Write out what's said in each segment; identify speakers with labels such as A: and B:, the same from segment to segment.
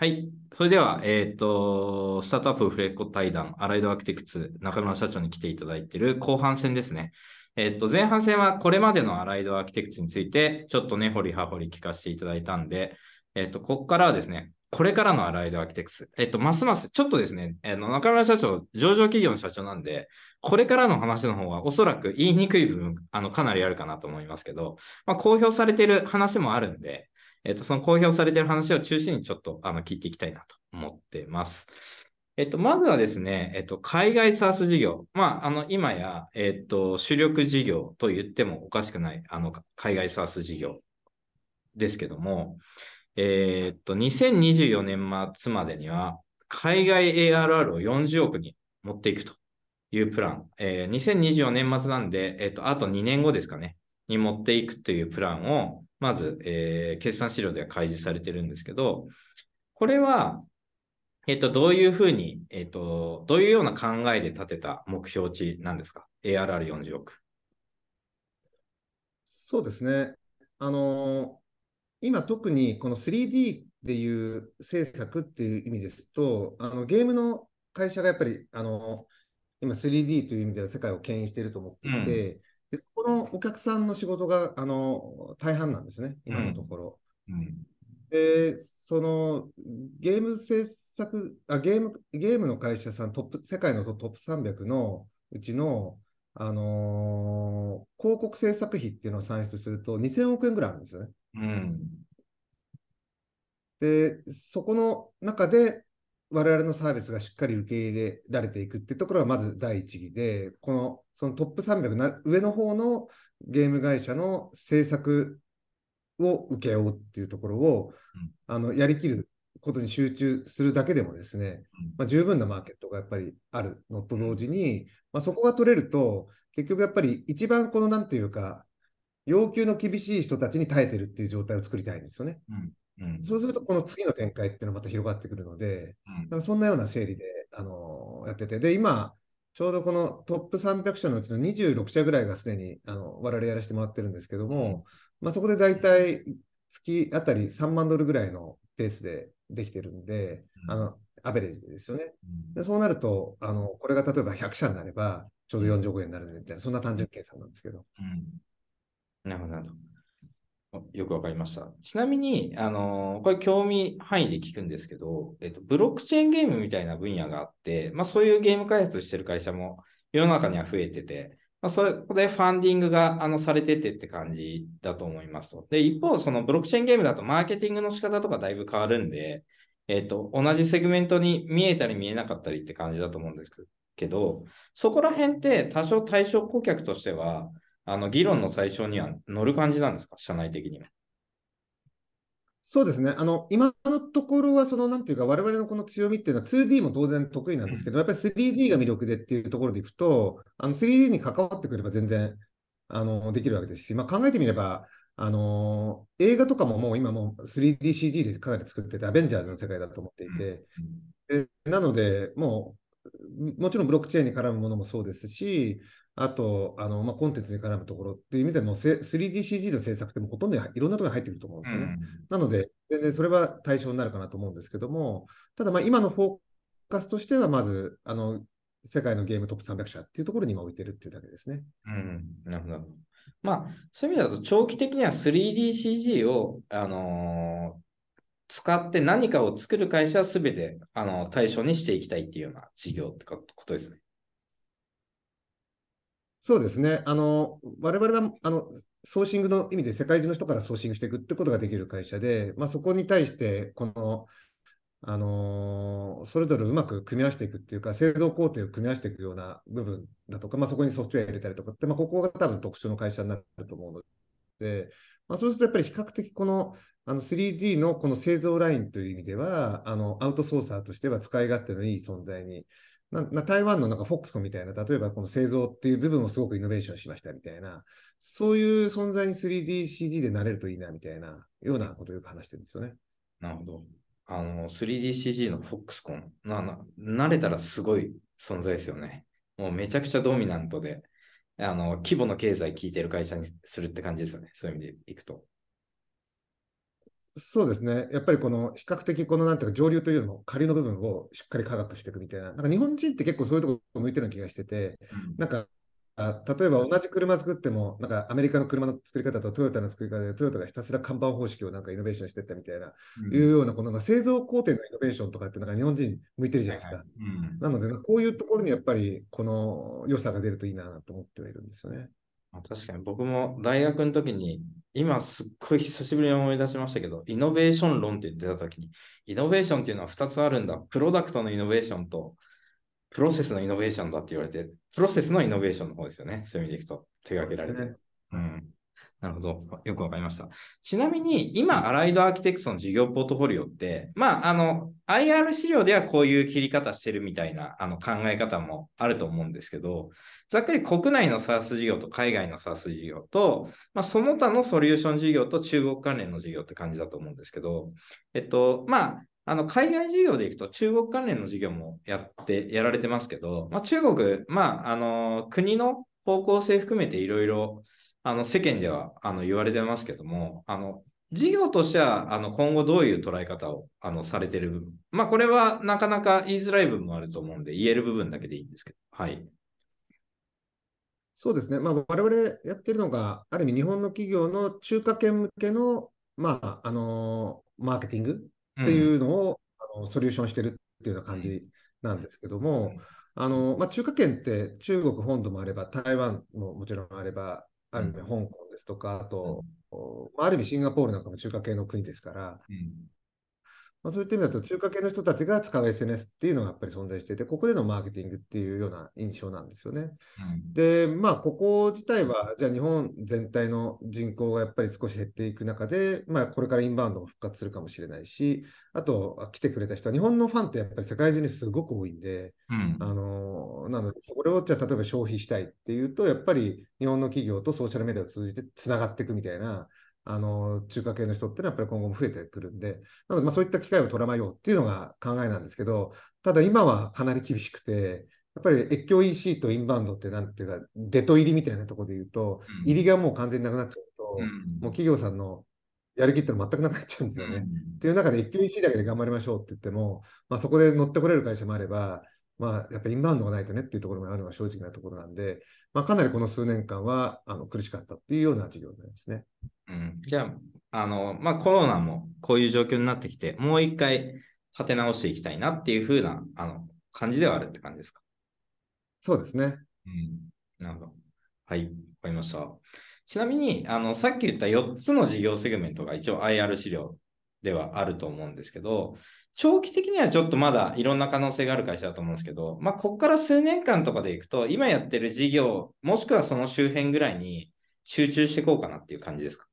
A: はい。それでは、スタートアップフレコ対談、アライドアーキテクツ、中村社長に来ていただいている後半戦ですね。前半戦はこれまでのアライドアーキテクツについて、ちょっとね、掘り葉掘り聞かせていただいたんで、ここからはですね、これからのアライドアーキテクツ、ますます、ちょっとですね、中村社長、上場企業の社長なんで、これからの話の方はおそらく言いにくい部分、かなりあるかなと思いますけど、公表されている話もあるんで、その公表されている話を中心にちょっと聞いていきたいなと思っています。まずはですね、海外 SaaS 事業。今や、主力事業と言ってもおかしくない、海外 SaaS 事業ですけども、2024年末までには、海外 ARR を40億に持っていくというプラン。2024年末なんで、あと2年後ですかね、に持っていくというプランを、まず、決算資料では開示されてるんですけど、これは、どういうふうに、どういうような考えで立てた目標値なんですか？ ARR40 億。
B: そうですね。あの今特にこの 3D でいう制作っていう意味ですと、ゲームの会社がやっぱり今 3D という意味では世界を牽引していると思って
A: うん、
B: いて、でそこのお客さんの仕事が大半なんですね、今のと
A: うん、
B: ころ。
A: うん、
B: で、そのゲーム制作、ゲームの会社さん、世界のトップ300のうちの、広告制作費っていうのを算出すると2000億円ぐらいあるんですよね。
A: うん、
B: で、そこの中で我々のサービスがしっかり受け入れられていくっていうところがまず第一義で、そのトップ300上の方のゲーム会社の制作を請け負うっていうところをやりきることに集中するだけでもですね、十分なマーケットがやっぱりあるのと同時に、そこが取れると、結局やっぱり一番このなんていうか、要求の厳しい人たちに耐えてるっていう状態を作りたいんですよね。
A: うん、うん、
B: そうすると、この次の展開っていうのがまた広がってくるので、
A: うん、
B: だからそんなような整理で、やってて、で、今、ちょうどこのトップ300社のうちの26社ぐらいがすでに我々やらせてもらってるんですけど
A: うん、
B: も、そこで大体月あたり3万ドルぐらいのペースでできてるんで、アベレージでですよね。で、そうなると、これが例えば100社になれば、ちょうど
A: うん、
B: 40億円になるみたいな、そんな単純計算なんですけど。
A: うん。なるほど、なるほど。よくわかりました。ちなみに、これ興味範囲で聞くんですけど、ブロックチェーンゲームみたいな分野があって、そういうゲーム開発してる会社も世の中には増えてて、そこでファンディングがされててって感じだと思いますと。で、一方、そのブロックチェーンゲームだとマーケティングの仕方とかだいぶ変わるんで、同じセグメントに見えたり見えなかったりって感じだと思うんですけど、そこら辺って多少対象顧客としては、議論の最初には乗る感じなんですか、社内的には。
B: そうですね。今のところは、なんていうか、我々のこの強みっていうのは 2D も当然得意なんですけど、やっぱり 3D が魅力でっていうところでいくと、3D に関わってくれば全然、できるわけですし、考えてみれば、映画とかももう今もう 3DCG でかなり作ってて、アベンジャーズの世界だと思っていて、なので、もちろんブロックチェーンに絡むものもそうですし、あと、コンテンツに絡むところっていう意味でも、3DCG の制作ってもうほとんどいろんなところに入ってくると思うんですよね。
A: うん。
B: なので、全然それは対象になるかなと思うんですけども、ただ、今のフォーカスとしては、まず、世界のゲームトップ300社っていうところに今置いてるっていうだけですね。
A: うん。なるほど。そういう意味だと、長期的には 3DCG を、使って何かを作る会社はすべて、対象にしていきたいっていうような事業ってことですね。
B: そうですね。我々は、ソーシングの意味で世界中の人からソーシングしていくってことができる会社で、そこに対して、それぞれうまく組み合わせていくっていうか、製造工程を組み合わせていくような部分だとか、そこにソフトウェア入れたりとかって、ここが多分特殊の会社になると思うので、そうするとやっぱり比較的3D のこの製造ラインという意味では、アウトソーサーとしては使い勝手のいい存在に、台湾のなんかフォックスコンみたいな、例えばこの製造っていう部分をすごくイノベーションしましたみたいな、そういう存在に 3DCG でなれるといいなみたいなようなことをよく話してるんですよね。
A: なるほど。3DCG の Foxconn。慣れたらすごい存在ですよね。もうめちゃくちゃドミナントで、規模の経済効いてる会社にするって感じですよね。そういう意味でいくと。
B: そうですね。やっぱりこの比較的このなんていうか上流というよりも下流の部分をしっかり科学していくみたいな。なんか日本人って結構そういうところ向いてるような気がしてて、
A: うん。
B: なんか例えば同じ車作っても、なんかアメリカの車の作り方とトヨタの作り方で、トヨタがひたすら看板方式をなんかイノベーションしていったみたいな、いう
A: うん。
B: ような、このなんか製造工程のイノベーションとかってなんか日本人向いてるじゃ
A: はいはい。
B: ないですか。
A: うん。
B: なので、こういうところにやっぱりこの良さが出るといいなと思ってはいるんですよね。
A: まあ確かに僕も大学の時に、今すっごい久しぶりに思い出しましたけど、イノベーション論って言ってた時に、イノベーションっていうのは2つあるんだ。プロダクトのイノベーションと、プロセスのイノベーションだって言われて、プロセスのイノベーションの方ですよね。そういう意味でいくと、手
B: そ
A: 掛けられてる。
B: うですね。
A: うん。なるほど。よくわかりました。ちなみに、今、アライドアーキテクトの事業ポートフォリオって、IR 資料ではこういう切り方してるみたいな考え方もあると思うんですけど、ざっくり国内の SaaS 事業と海外の SaaS 事業と、その他のソリューション事業と中国関連の事業って感じだと思うんですけど、海外事業でいくと中国関連の事業もやられてますけど、中国、国の方向性含めていろいろ世間では言われてますけども、事業としては今後どういう捉え方をされている部分。これはなかなか言いづらい部分もあると思うんで、言える部分だけでいいんですけど。はい。
B: そうですね。我々やってるのが、ある意味日本の企業の中華圏向けの、マーケティングってい
A: うん。
B: うのをソリューションしてるっていうような感じなんですけども、
A: うん。
B: 中華圏って中国本土もあれば、台湾ももちろんあれば、ある意味
A: うん。
B: 香港ですとか、あと、
A: うん。
B: ある意味シンガポールなんかも中華系の国ですから、
A: うん。
B: そういった意味だと、中華系の人たちが使う SNS っていうのがやっぱり存在していて、ここでのマーケティングっていうような印象なんですよね。
A: うん。
B: で、ここ自体は、じゃあ日本全体の人口がやっぱり少し減っていく中で、これからインバウンドも復活するかもしれないし、あと、来てくれた人は、日本のファンってやっぱり世界中にすごく多いんで、
A: うん。
B: なので、それをじゃあ例えば消費したいっていうと、やっぱり日本の企業とソーシャルメディアを通じてつながっていくみたいな、中華系の人ってのはやっぱり今後も増えてくるんで、なので、そういった機会を取らまようっていうのが考えなんですけど、ただ今はかなり厳しくて、やっぱり越境 EC とインバウンドってなんていうか、デト入りみたいなところで言うと、入りがもう完全になくなっちゃうと、
A: う
B: もう
A: ん。
B: 企業さんのやる気ってのは全くなくなっちゃうんです
A: う
B: よね。っ
A: ん。
B: ていう中で越境 EC だけで頑張りましょうって言っても、そこで乗ってこれる会社もあれば、やっぱりインバウンドがないとねっていうところもあるのが正直なところなんで、かなりこの数年間は苦しかったっていうような事業になりますね。
A: うん。じゃあ、コロナもこういう状況になってきて、もう一回立て直していきたいなっていう風な、感じではあるって感じですか？
B: そうですね。
A: うん。なるほど。はい、わかりました。ちなみに、さっき言った4つの事業セグメントが一応 IR 資料ではあると思うんですけど、長期的にはちょっとまだいろんな可能性がある会社だと思うんですけど、ここから数年間とかでいくと、今やってる事業、もしくはその周辺ぐらいに集中していこうかなっていう感じですか？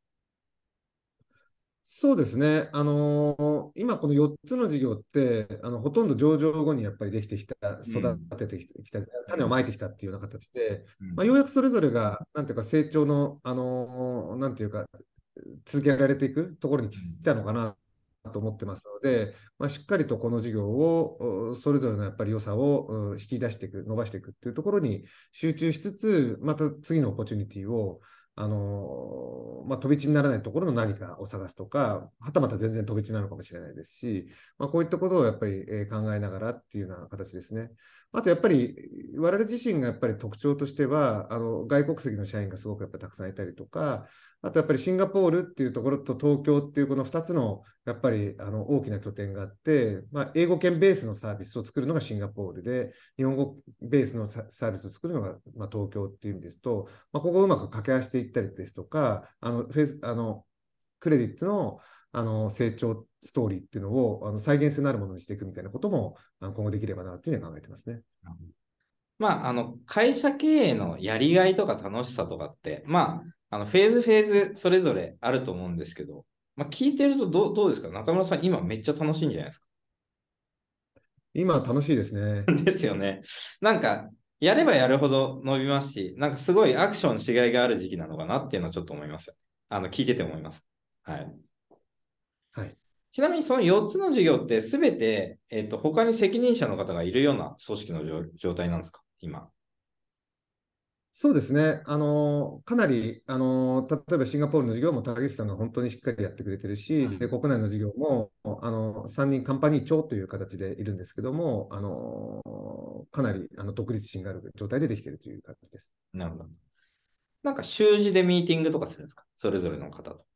B: そうですね。今この4つの事業って、ほとんど上場後にやっぱりできてきた、育
A: うん。
B: ててきた、
A: うん。
B: 種をまいてきたっていうような形で、
A: うん。
B: ようやくそれぞれが、なんていうか成長の、なんていうか、続けられていくところに来
A: うん。
B: たのかなと思ってますので、しっかりとこの事業を、それぞれのやっぱり良さを引き出していく、伸ばしていくっていうところに集中しつつ、また次のオポチュニティを、飛び地にならないところの何かを探すとか、はたまた全然飛び地なのかもしれないですし、こういったことをやっぱり考えながらっていうような形ですね。あとやっぱり我々自身がやっぱり特徴としては、外国籍の社員がすごくやっぱりたくさんいたりとか、あとやっぱりシンガポールっていうところと東京っていうこの2つのやっぱり大きな拠点があって、英語圏ベースのサービスを作るのがシンガポールで、日本語ベースのサービスを作るのが東京っていう意味ですと、ここをうまく掛け合わせていったりですとか、クレディットの成長ストーリーっていうのを再現性のあるものにしていくみたいなことも今後できればなというふうに考えてますね。
A: 会社経営のやりがいとか楽しさとかって、フェーズそれぞれあると思うんですけど、聞いてるとどうですか？中村さん、今めっちゃ楽しいんじゃないですか？
B: 今楽しいですね。
A: ですよね。なんか、やればやるほど伸びますし、なんかすごいアクションしがいがある時期なのかなっていうのはちょっと思いますよ。聞いてて思います。はい。
B: はい。
A: ちなみにその4つの事業ってすべて、他に責任者の方がいるような組織の状態なんですか今？
B: そうですね。かなり、例えばシンガポールの事業も竹内さんが本当にしっかりやってくれてるし、で、国内の事業も、3人カンパニー長という形でいるんですけども、かなり、独立心がある状態でできているという感じです。
A: なるほど。なんか週次でミーティングとかするんですか、それぞれの方と。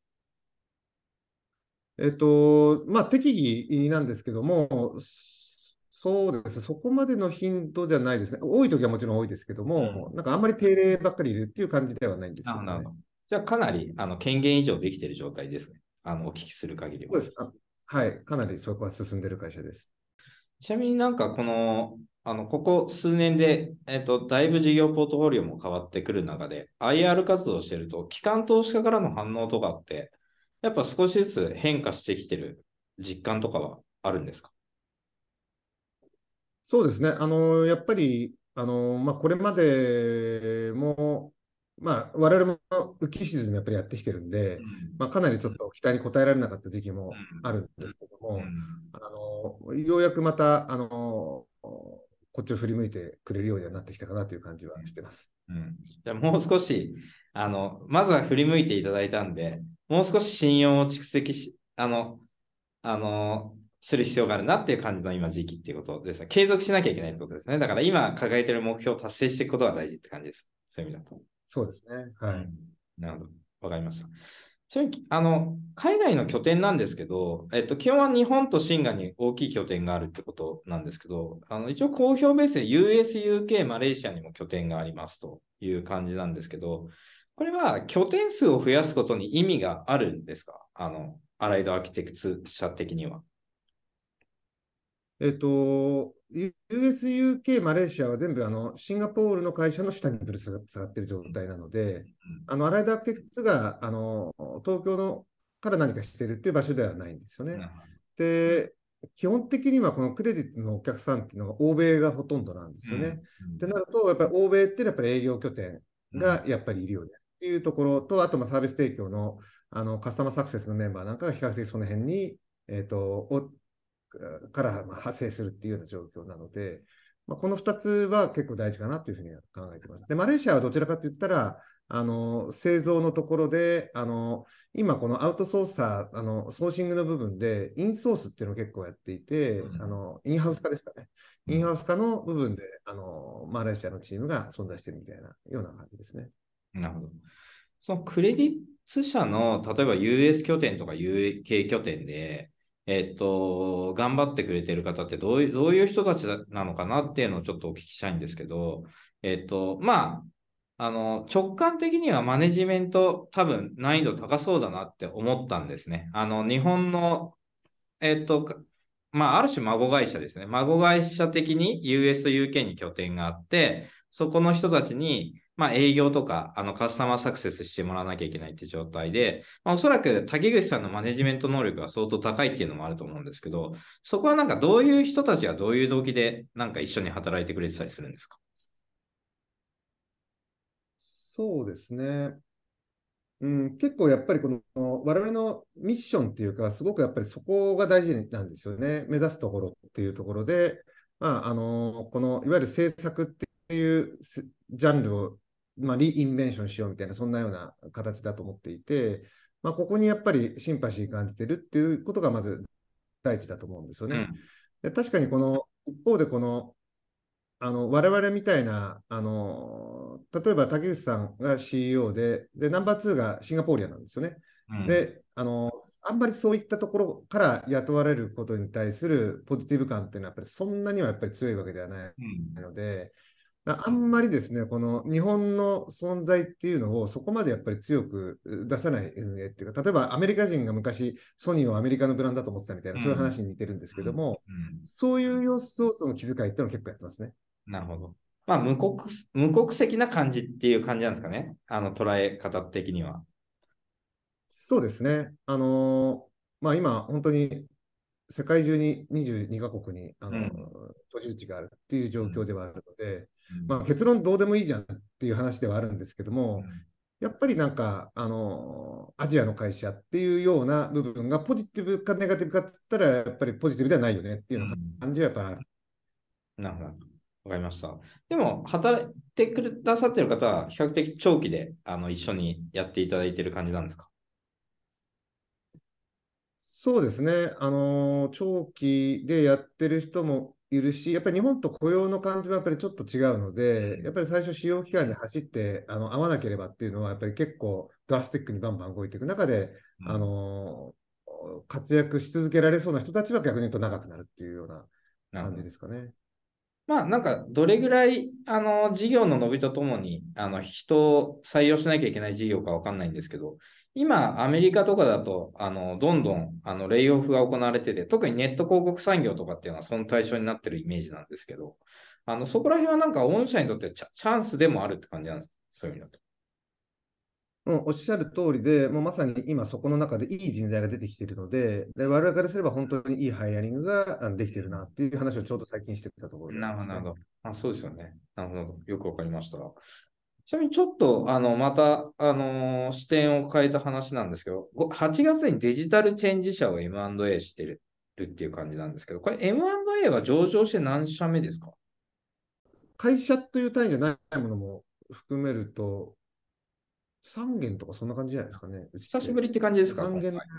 B: まあ、適宜なんですけども、そうです。そこまでの頻度じゃないですね。多い時はもちろん多いですけども、
A: うん。
B: なんかあんまり定例ばっかりいるっていう感じではないんですけどもね。
A: なるほど。じゃあかなり権限以上できている状態ですね。お聞きする限りは。
B: そうです。はい。かなりそこは進んでる会社です。
A: ちなみになんかここ数年で、だいぶ事業ポートフォリオも変わってくる中で、IR 活動をしてると、機関投資家からの反応とかって、やっぱ少しずつ変化してきてる実感とかはあるんですか？
B: そうですね。やっぱり、まあ、これまでも、まあ、我々も浮き沈みやっぱりやってきてるんで、
A: うん。
B: まあ、かなりちょっと期待に応えられなかった時期もあるん
A: うん。
B: ですけども、
A: うん。
B: ようやくまた、こっちを振り向いてくれるようにはなってきたかなという感じはしてます。
A: うん。じゃあもう少し、まずは振り向いていただいたんで、もう少し信用を蓄積し、する必要があるなっていう感じの今時期っていうことですね。継続しなきゃいけないってことですね。だから今抱えている目標を達成していくことが大事って感じです。そういう意味だと。
B: そうですね。はい。
A: うん。なるほど。わかりました。ちなみに、海外の拠点なんですけど、基本は日本とシンガに大きい拠点があるってことなんですけど、一応公表ベースで US、UK、マレーシアにも拠点がありますという感じなんですけど、これは拠点数を増やすことに意味があるんですか、アライドアーキテクツ社的には。
B: US、UK、マレーシアは全部シンガポールの会社の下にぶら下がっている状態なので、アライドアーキテクツが東京のから何かしているっていう場所ではないんですよね。
A: なるほど。
B: で、基本的にはこのクレジットのお客さんっていうのが欧米がほとんどなんですよね。
A: うん。
B: ってなると、やっぱり欧米っていうのはやっぱり営業拠点
A: うん。
B: がやっぱりいるよねっていうところと、あとまあサービス提供の、カスタマーサクセスのメンバーなんかが比較的その辺に、からまあ派生するっていうような状況なので、まあ、この2つは結構大事かなというふうに考えています。で、マレーシアはどちらかといったら、製造のところで、今このアウトソーサー、ソーシングの部分で、インソースっていうのを結構やっていて、インハウス化ですかね。インハウス化の部分で、マレーシアのチームが存在しているみたいなような感じですね。
A: なるほど。そのクレディッツ社の、例えば US 拠点とか UK 拠点で、頑張ってくれてる方ってどういう人たちなのかなっていうのをちょっとお聞きしたいんですけど、まあ、直感的にはマネジメント多分難易度高そうだなって思ったんですね。日本の、えっと、かまあ、ある種孫会社ですね。孫会社的に US と UK に拠点があって、そこの人たちに、まあ、営業とか、カスタマーサクセスしてもらわなきゃいけないっていう状態で、まあ、おそらく竹口さんのマネジメント能力が相当高いっていうのもあると思うんですけど、そこはなんかどういう人たちがどういう動機でなんか一緒に働いてくれてたりするんですか？
B: そうですね。うん、結構やっぱりこの我々のミッションっていうか、すごくやっぱりそこが大事なんですよね。目指すところっていうところで、まあ、このいわゆる政策っていうジャンルを、まあ、リインベンションしようみたいな、そんなような形だと思っていて、まあ、ここにやっぱりシンパシー感じてるっていうことがまず第一だと思うんですよね。
A: うん。
B: で確かにこの一方で我々みたいな、例えば竹内さんが CEO で、ナンバー2がシンガポールアなんですよね。
A: うん。
B: で、あんまりそういったところから雇われることに対するポジティブ感っていうのは、やっぱりそんなにはやっぱり強いわけではない
A: うん。
B: ので、あんまりですね、この日本の存在っていうのをそこまでやっぱり強く出さない運営っていうか、例えばアメリカ人が昔ソニーをアメリカのブランドだと思ってたみたいな、そういう
A: うん。
B: 話に似てるんですけ
A: うん。
B: ども、
A: うん。
B: そういう要素の気遣いっていうのを結構やってますね。
A: なるほど。まあ、無国籍な感じっていう感じなんですかね。捉え方的には。
B: そうですね。まあ、今、本当に世界中に22カ国に
A: うん。
B: 居住地があるっていう状況
A: うん。
B: ではあるので、
A: うん。
B: まあ、結論どうでもいいじゃんっていう話ではあるんですけども、
A: うん。
B: やっぱりなんか、アジアの会社っていうような部分がポジティブかネガティブかっつったら、やっぱりポジティブではないよねっていうような
A: うん。
B: 感じはやっぱ
A: なるほど。 わかりました。でも、働いてくださってる方は、比較的長期で一緒にやっていただいている感じなんですか？
B: そうですね。長期でやってる人もいるし、やっぱり日本と雇用の感じはやっぱりちょっと違うので、やっぱり最初試用期間で走って、合わなければっていうのは、やっぱり結構ドラスティックにバンバン動いていく中で、
A: うん、
B: 活躍し続けられそうな人たちは逆に言うと長くなるっていうような感じ
A: なるほど。
B: ですかね。
A: まあ、なんか、どれぐらい、事業の伸びとともに、人を採用しなきゃいけない事業かわかんないんですけど、今、アメリカとかだと、どんどん、レイオフが行われてて、特にネット広告産業とかっていうのは、その対象になってるイメージなんですけど、そこら辺はなんか、御社にとってチャンスでもあるって感じなんですか？そういう意味だと。
B: もうおっしゃる通りで、もうまさに今そこの中でいい人材が出てきているので、我々からすれば本当にいいハイアリングができているなっていう話をちょうど最近してたところであ
A: なるほど、
B: りますね。
A: なるほど。そうですよね。なるほど。よくわかりました。ちなみにちょっと、また、視点を変えた話なんですけど、8月にデジタルチェンジ社を M&A してるっていう感じなんですけど、これ M&A は上場して何社目ですか？
B: 会社という単位じゃないものも含めると、3件とかそんな感じじゃないですかね、うちって。
A: 久しぶりって感じですか、
B: 3件、
A: 今回。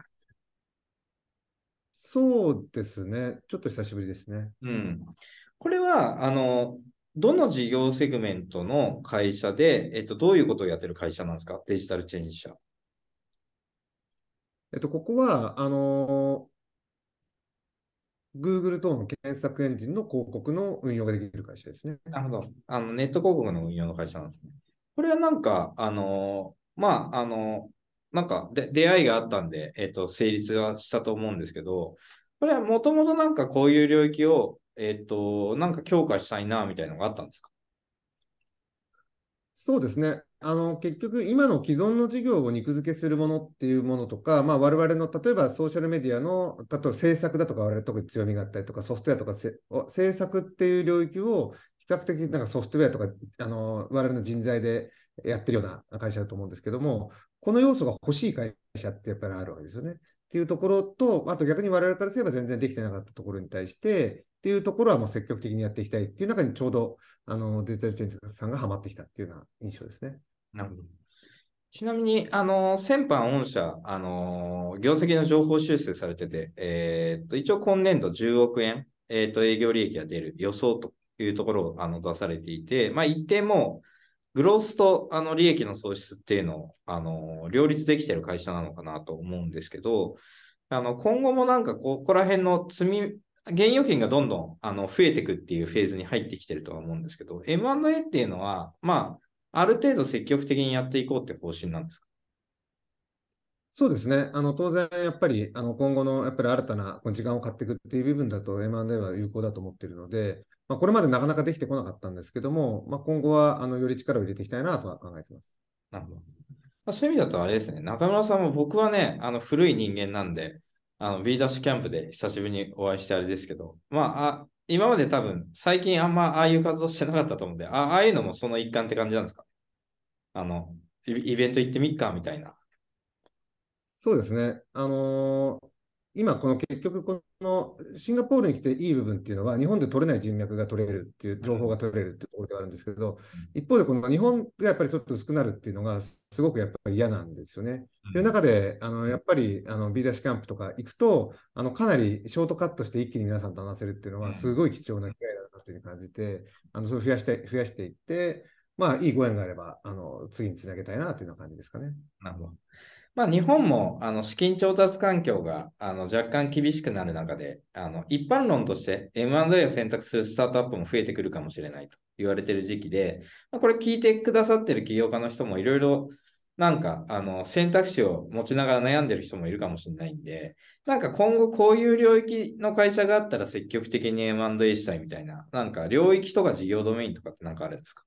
B: そうですね、ちょっと久しぶりですね。
A: うん。これは、どの事業セグメントの会社で、どういうことをやってる会社なんですか？デジタルチェンジ社。
B: ここは、Google 等の検索エンジンの広告の運用ができる会社ですね。
A: なるほど。ネット広告の運用の会社なんですね。これはなんか、まあ、なんか出会いがあったんで、成立はしたと思うんですけど、これはもともとなんかこういう領域を、なんか強化したいな、みたいなのがあったんですか？
B: そうですね。結局、今の既存の事業を肉付けするものっていうものとか、まあ、我々の、例えばソーシャルメディアの、例えば制作だとか、我々特に強みがあったりとか、ソフトウェアとか制作っていう領域を、比較的なんかソフトウェアとか、我々の人材でやってるような会社だと思うんですけども、この要素が欲しい会社ってやっぱりあるわけですよね。っていうところと、あと逆に我々からすれば全然できてなかったところに対して、っていうところはもう積極的にやっていきたいっていう中にちょうどデジタルチェンジさんがハマってきたっていうような印象ですね。
A: なるほど。ちなみに、先般御社、業績の情報修正されてて、一応今年度10億円、営業利益が出る予想というところを出されていて、まあ、一定もう、グロースと利益の創出っていうのを両立できている会社なのかなと思うんですけど、今後もなんかここら辺の現預金がどんどん増えていくっていうフェーズに入ってきてるとは思うんですけど、M&A っていうのは、まあ、ある程度積極的にやっていこうって方針なんですか？
B: そうですね。当然、やっぱり、今後の、やっぱり新たなこの時間を買っていくっていう部分だと M&A は有効だと思っているので、まあ、これまでなかなかできてこなかったんですけども、まあ、今後は、より力を入れていきたいなとは考えています。
A: なるほど。まあ、そういう意味だとあれですね、中村さんも僕はね、古い人間なんで、B ダッシュキャンプで久しぶりにお会いしてあれですけど、まあ、今まで多分、最近あんまああいう活動してなかったと思うんで、ああいうのもその一環って感じなんですか？あの、イベント行ってみっかみたいな。
B: そうですね。今、この結局、このシンガポールに来ていい部分っていうのは、日本で取れない人脈が取れるっていう、情報が取れるっていうところではあるんですけど、一方で、この日本がやっぱりちょっと薄くなるっていうのが、すごくやっぱり嫌なんですよね。という中で、やっぱりB ダッシュキャンプとか行くと、かなりショートカットして一気に皆さんと話せるっていうのは、すごい貴重な機会だなというふうに感じて、それを増やしていって、まあ、いいご縁があれば、次につなげたいなというような感じですかね。
A: なるほど。まあ、日本も資金調達環境が若干厳しくなる中で、一般論として M&A を選択するスタートアップも増えてくるかもしれないと言われている時期で、まあ、これ聞いてくださっている起業家の人もいろいろなんか選択肢を持ちながら悩んでいる人もいるかもしれないんで、なんか今後こういう領域の会社があったら積極的に M&A したいみたいな、なんか領域とか事業ドメインとかってなんかあるんですか？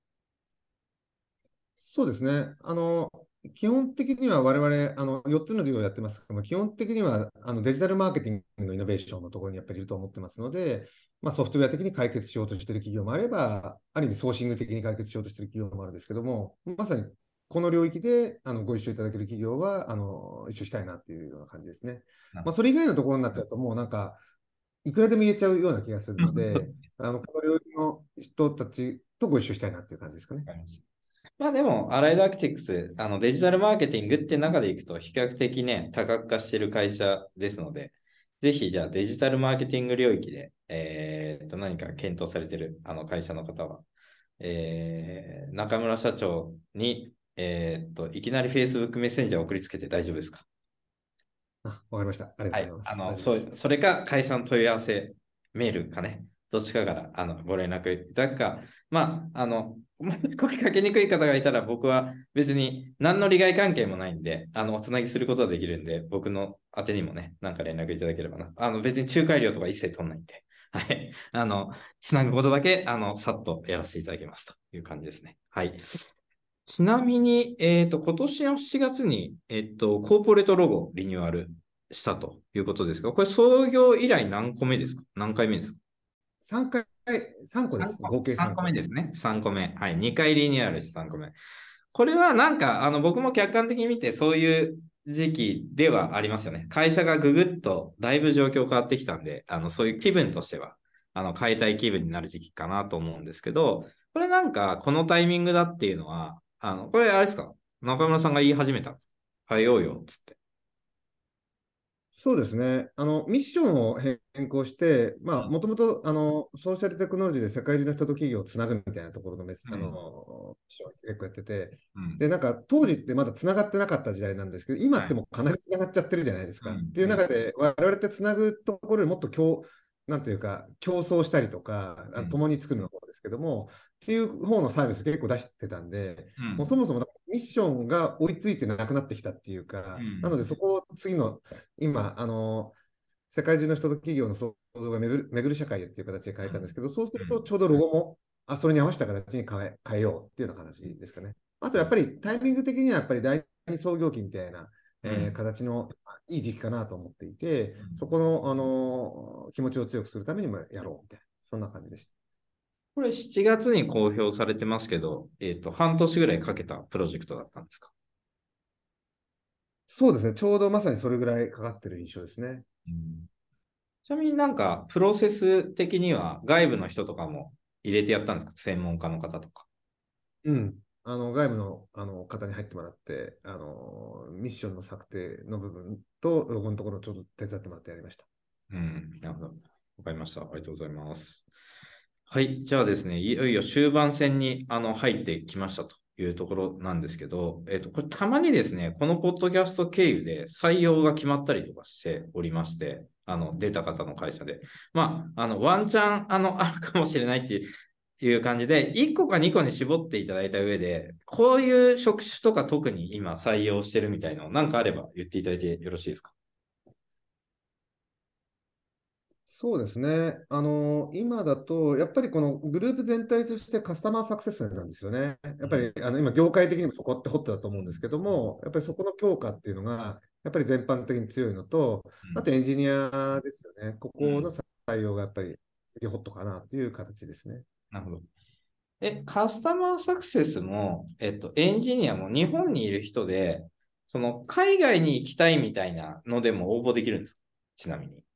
B: そうですね。基本的には我々、4つの事業をやってますけども、基本的にはデジタルマーケティングのイノベーションのところにやっぱりいると思ってますので、まあ、ソフトウェア的に解決しようとしている企業もあれば、ある意味ソーシング的に解決しようとしている企業もあるんですけども、まさにこの領域でご一緒いただける企業は一緒したいなっていうような感じですね。まあ、それ以外のところになっちゃうと、もうなんか、 いくらでも言えちゃうような気がするの
A: そう
B: で、この領域の人たちとご一緒したいなっていう感じですかね。
A: まあでも、アライドアーキテクツ、デジタルマーケティングって中でいくと、比較的ね、多角化している会社ですので、ぜひじゃあデジタルマーケティング領域で、何か検討されている会社の方は、中村社長に、いきなり Facebook メッセンジャーを送りつけて大丈夫ですか？
B: わかりました。ありが
A: はい。
B: とうございます。大丈夫です。
A: それか会社の問い合わせメールかね、どっちかからご連絡いただくか、声かけにくい方がいたら僕は別に何の利害関係もないんで、おつなぎすることはできるんで、僕の宛てにもね、なんか連絡いただければな。別に仲介料とか一切取んないんで、はい。つなぐことだけ、さっとやらせていただきますという感じですね。はい。ちなみに、今年の7月に、コーポレートロゴリニューアルしたということですが、これ創業以来何個目ですか？何回目ですか？
B: 3回、3個です。合計
A: 3
B: 3個。
A: 個目ですね。3個目。はい。2回リニューアルして3個目。これはなんか、僕も客観的に見て、そういう時期ではありますよね。会社がぐぐっとだいぶ状況変わってきたんで、そういう気分としては、変えたい気分になる時期かなと思うんですけど、これなんか、このタイミングだっていうのは、これあれですか？中村さんが言い始めたんですか？変えようよ、つって。
B: そうですね。ミッションを変更して、もともと、ソーシャルテクノロジーで世界中の人と企業をつなぐみたいなところの
A: うん。
B: ミッションを結構やってて、
A: うん。
B: で、なんか、当時ってまだつながってなかった時代なんですけど、今
A: はい。
B: ってもうかなりつながっちゃってるじゃないですか。っ
A: うん。
B: ていう
A: うん。
B: 中で、我々ってつなぐところでもっとなんていうか、競争したりとか、
A: うん。
B: 共に作るの方ですけども、っていう方のサービス結構出してたんで、
A: うん。
B: もうそもそもミッションが追いついてなくなってきたっていう
A: う
B: か、なので
A: ん。
B: そこを次の、今、世界中の人と企業の創造が巡る社会っていう形で変えたんですけど、そうするとちょうどロゴもそれに合わせた形に変えようっていうような形ですかね。あとやっぱりタイミング的にはやっぱり第二創業期みたいな、
A: うん。
B: 形のいい時期かなと思っていて、
A: うん。
B: そこの、気持ちを強くするためにもやろうみたいな、そんな感じでした。
A: これ7月に公表されてますけど、半年ぐらいかけたプロジェクトだったんですか？
B: そうですね、ちょうどまさにそれぐらいかかってる印象ですね。
A: うん。ちなみになんか、プロセス的には外部の人とかも入れてやったんですか？専門家の方とか。
B: うん。外部の、方に入ってもらって、ミッションの策定の部分と、ロゴのところをちょっと手伝ってもらってやりました。
A: うん。なるほど。わかりました。ありがとうございます。はい。じゃあですね、いよいよ終盤戦に入ってきましたというところなんですけど、これたまにですね、このポッドキャスト経由で採用が決まったりとかしておりまして、出た方の会社で。ワンチャン、あるかもしれないっていう感じで、1個か2個に絞っていただいた上で、こういう職種とか特に今採用してるみたいなの、なんかあれば言っていただいてよろしいですか？
B: そうですね。今だと、やっぱりこのグループ全体としてカスタマーサクセスなんですよね。やっぱり、今、業界的にもそこってホットだと思うんですけども、やっぱりそこの強化っていうのが、やっぱり全般的に強いのと、あとエンジニアですよね。ここの採用がやっぱり次ホットかなという形ですね。
A: なるほど。カスタマーサクセスも、エンジニアも日本にいる人で、その海外に行きたいみたいなのでも応募できるんですか？ちなみに。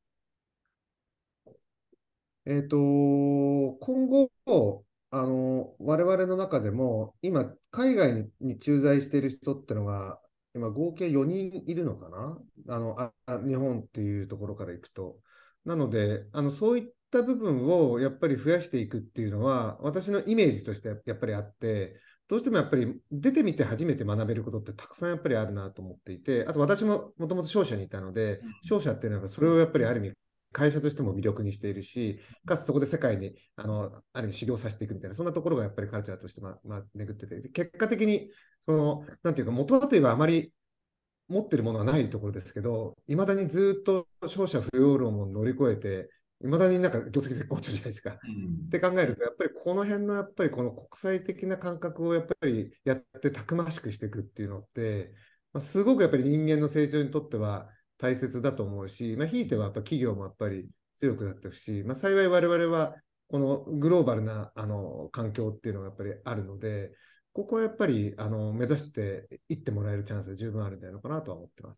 B: 今後、我々の中でも、今、海外に駐在している人ってのが、今、合計4人いるのかな日本っていうところからいくと。なので、そういった部分をやっぱり増やしていくっていうのは、私のイメージとしてやっぱりあって、どうしてもやっぱり出てみて初めて学べることってたくさんやっぱりあるなと思っていて、あと私ももともと商社にいたので、商社っていうのはそれをやっぱりある意味会社としても魅力にしているし、かつそこで世界にある意味修行させていくみたいな、そんなところがやっぱりカルチャーとして巡ってて、結果的に、なんていうか、元はといえばあまり持ってるものはないところですけど、いまだにずっと勝者不要論を乗り越えて、いまだになんか業績絶好調じゃないですか。っ
A: うん。
B: て考えると、やっぱりこの辺のやっぱりこの国際的な感覚をやっぱりやってたくましくしていくっていうのって、すごくやっぱり人間の成長にとっては大切だと思うし、ひいてはやっぱ企業もやっぱり強くなっていくし、幸い我々はこのグローバルな環境っていうのがやっぱりあるので、ここはやっぱり目指していってもらえるチャンス十分あるんじゃないのかなとは思ってます。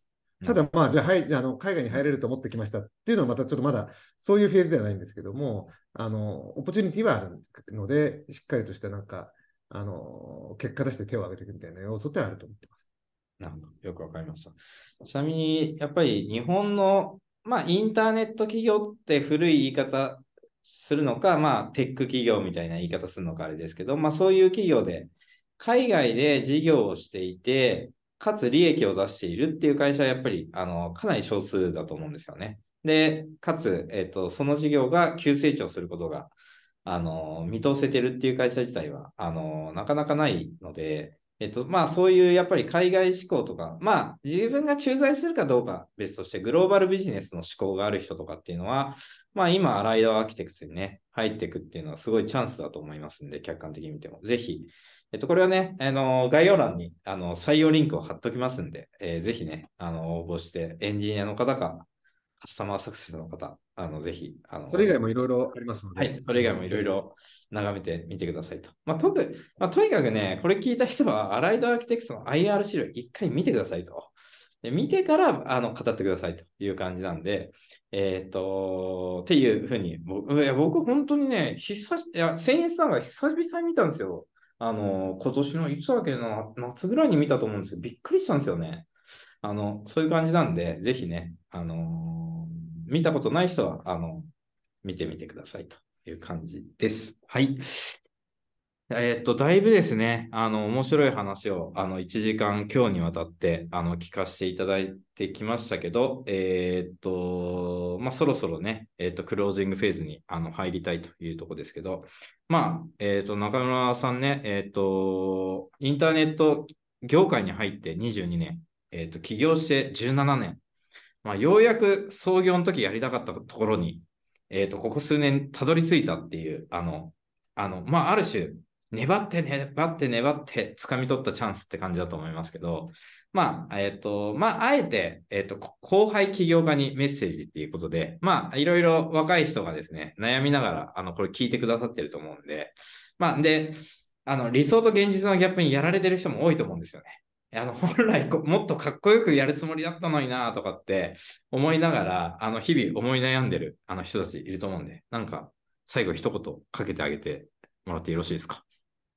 A: うん。
B: ただ、まあ、じゃあ、はい、じゃあ、海外に入れると思ってきましたっていうのは、またちょっとまだそういうフェーズではないんですけども、オポチュニティはあるので、しっかりとしたなんか、結果出して手を挙げていくみたいな要素ってあると思ってます。
A: なるほど。よくわかりました。ちなみに、やっぱり日本の、まあ、インターネット企業って古い言い方するのか、まあ、テック企業みたいな言い方するのかあれですけど、まあ、そういう企業で、海外で事業をしていて、かつ利益を出しているっていう会社は、やっぱり、かなり少数だと思うんですよね。で、かつ、その事業が急成長することが、見通せてるっていう会社自体は、なかなかないので、まあ、そういうやっぱり海外志向とか、まあ、自分が駐在するかどうか別として、グローバルビジネスの志向がある人とかっていうのは、まあ、今、アライドアーキテクツにね、入っていくっていうのはすごいチャンスだと思いますんで、客観的に見ても。ぜひ、これはね、概要欄に採用リンクを貼っときますんで、ぜひね、応募して、エンジニアの方か、カスタマーサクセスの方、ぜひ、
B: それ以外もいろいろありますので、
A: はい、それ以外もいろ
B: ぜひ。
A: いろ眺めてみてくださいと。とにかくね、これ聞いた人は、アライドアーキテクツの IR 資料一回見てくださいと。で見てから語ってくださいという感じなんで、っていうふうに、僕本当にね、先日なんか久々に見たんですよ。今年のいつだっけな、夏ぐらいに見たと思うんですけど、びっくりしたんですよね。そういう感じなんで、ぜひね、見たことない人は、見てみてくださいという感じです。はい。だいぶですね、面白い話を、1時間今日にわたって、聞かせていただいてきましたけど、まあ、そろそろね、クロージングフェーズに、入りたいというところですけど、まあ、中村さんね、インターネット業界に入って22年、起業して17年、まあ、ようやく創業の時やりたかったところに、ここ数年たどり着いたっていう、まあ、ある種、粘って粘って粘って掴み取ったチャンスって感じだと思いますけど、まあ、まあ、あえて、後輩起業家にメッセージっていうことで、まあ、いろいろ若い人がですね、悩みながら、これ聞いてくださってると思うんで、まあ、で、理想と現実のギャップにやられてる人も多いと思うんですよね。本来もっとかっこよくやるつもりだったのになとかって思いながら、日々思い悩んでる人たちいると思うんで、なんか最後一言かけてあげてもらってよろしいですか？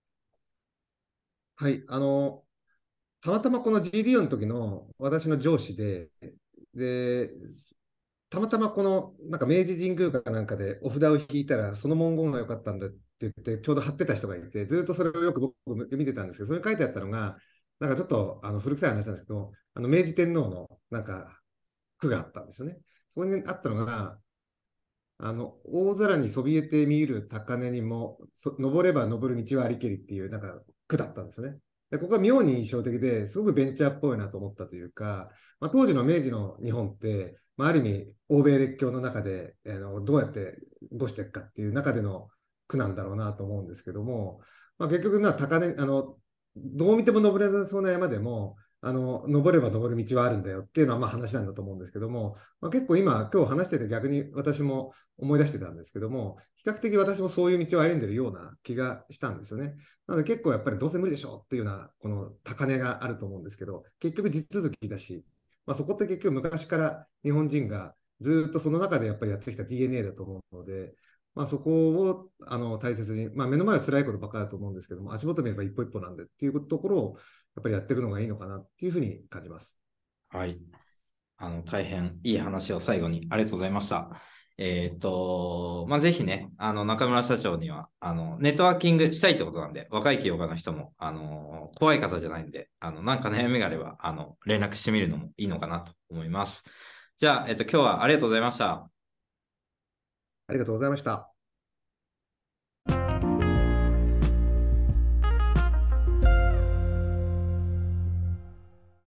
B: はい。たまたまこの GDO の時の私の上司で、たまたまこの、なんか明治神宮かなんかでお札を引いたら、その文言が良かったんだって言って、ちょうど貼ってた人がいて、ずっとそれをよく僕見てたんですけど、それに書いてあったのが、なんかちょっと古臭い話なんですけど、明治天皇のなんか句があったんですよね。そこにあったのが、大空にそびえて見る高根にも、登れば登る道はありけりっていう、なんか句だったんですよね。で、ここは妙に印象的ですごくベンチャーっぽいなと思ったというか、まあ、当時の明治の日本って、まあ、ある意味、欧米列強の中で、どうやってごしていくかっていう中での句なんだろうなと思うんですけども、まあ、結局、まあ、高値、どう見ても登れなそうな山でも、登れば登る道はあるんだよっていうのはまあ話なんだと思うんですけども、まあ、結構今日話してて逆に私も思い出してたんですけども、比較的私もそういう道を歩んでるような気がしたんですよね。なので結構やっぱりどうせ無理でしょっていうようなこの高値があると思うんですけど、結局地続きだし、まあ、そこって結局昔から日本人がずっとその中でやっぱりやってきた DNA だと思うので、まあ、そこを大切に、まあ、目の前は辛いことばっかりだと思うんですけども、足元見れば一歩一歩なんでっていうところをやっぱりやっていくのがいいのかなっていうふうに感じます。
A: はい。大変いい話を最後にありがとうございました。まあ、ぜひね、中村社長には、ネットワーキングしたいってことなんで、若い起業家の人も、怖い方じゃないんで、なんか悩みがあれば、連絡してみるのもいいのかなと思います。じゃあ、今日はありがとうございました。
B: ありがとうございました。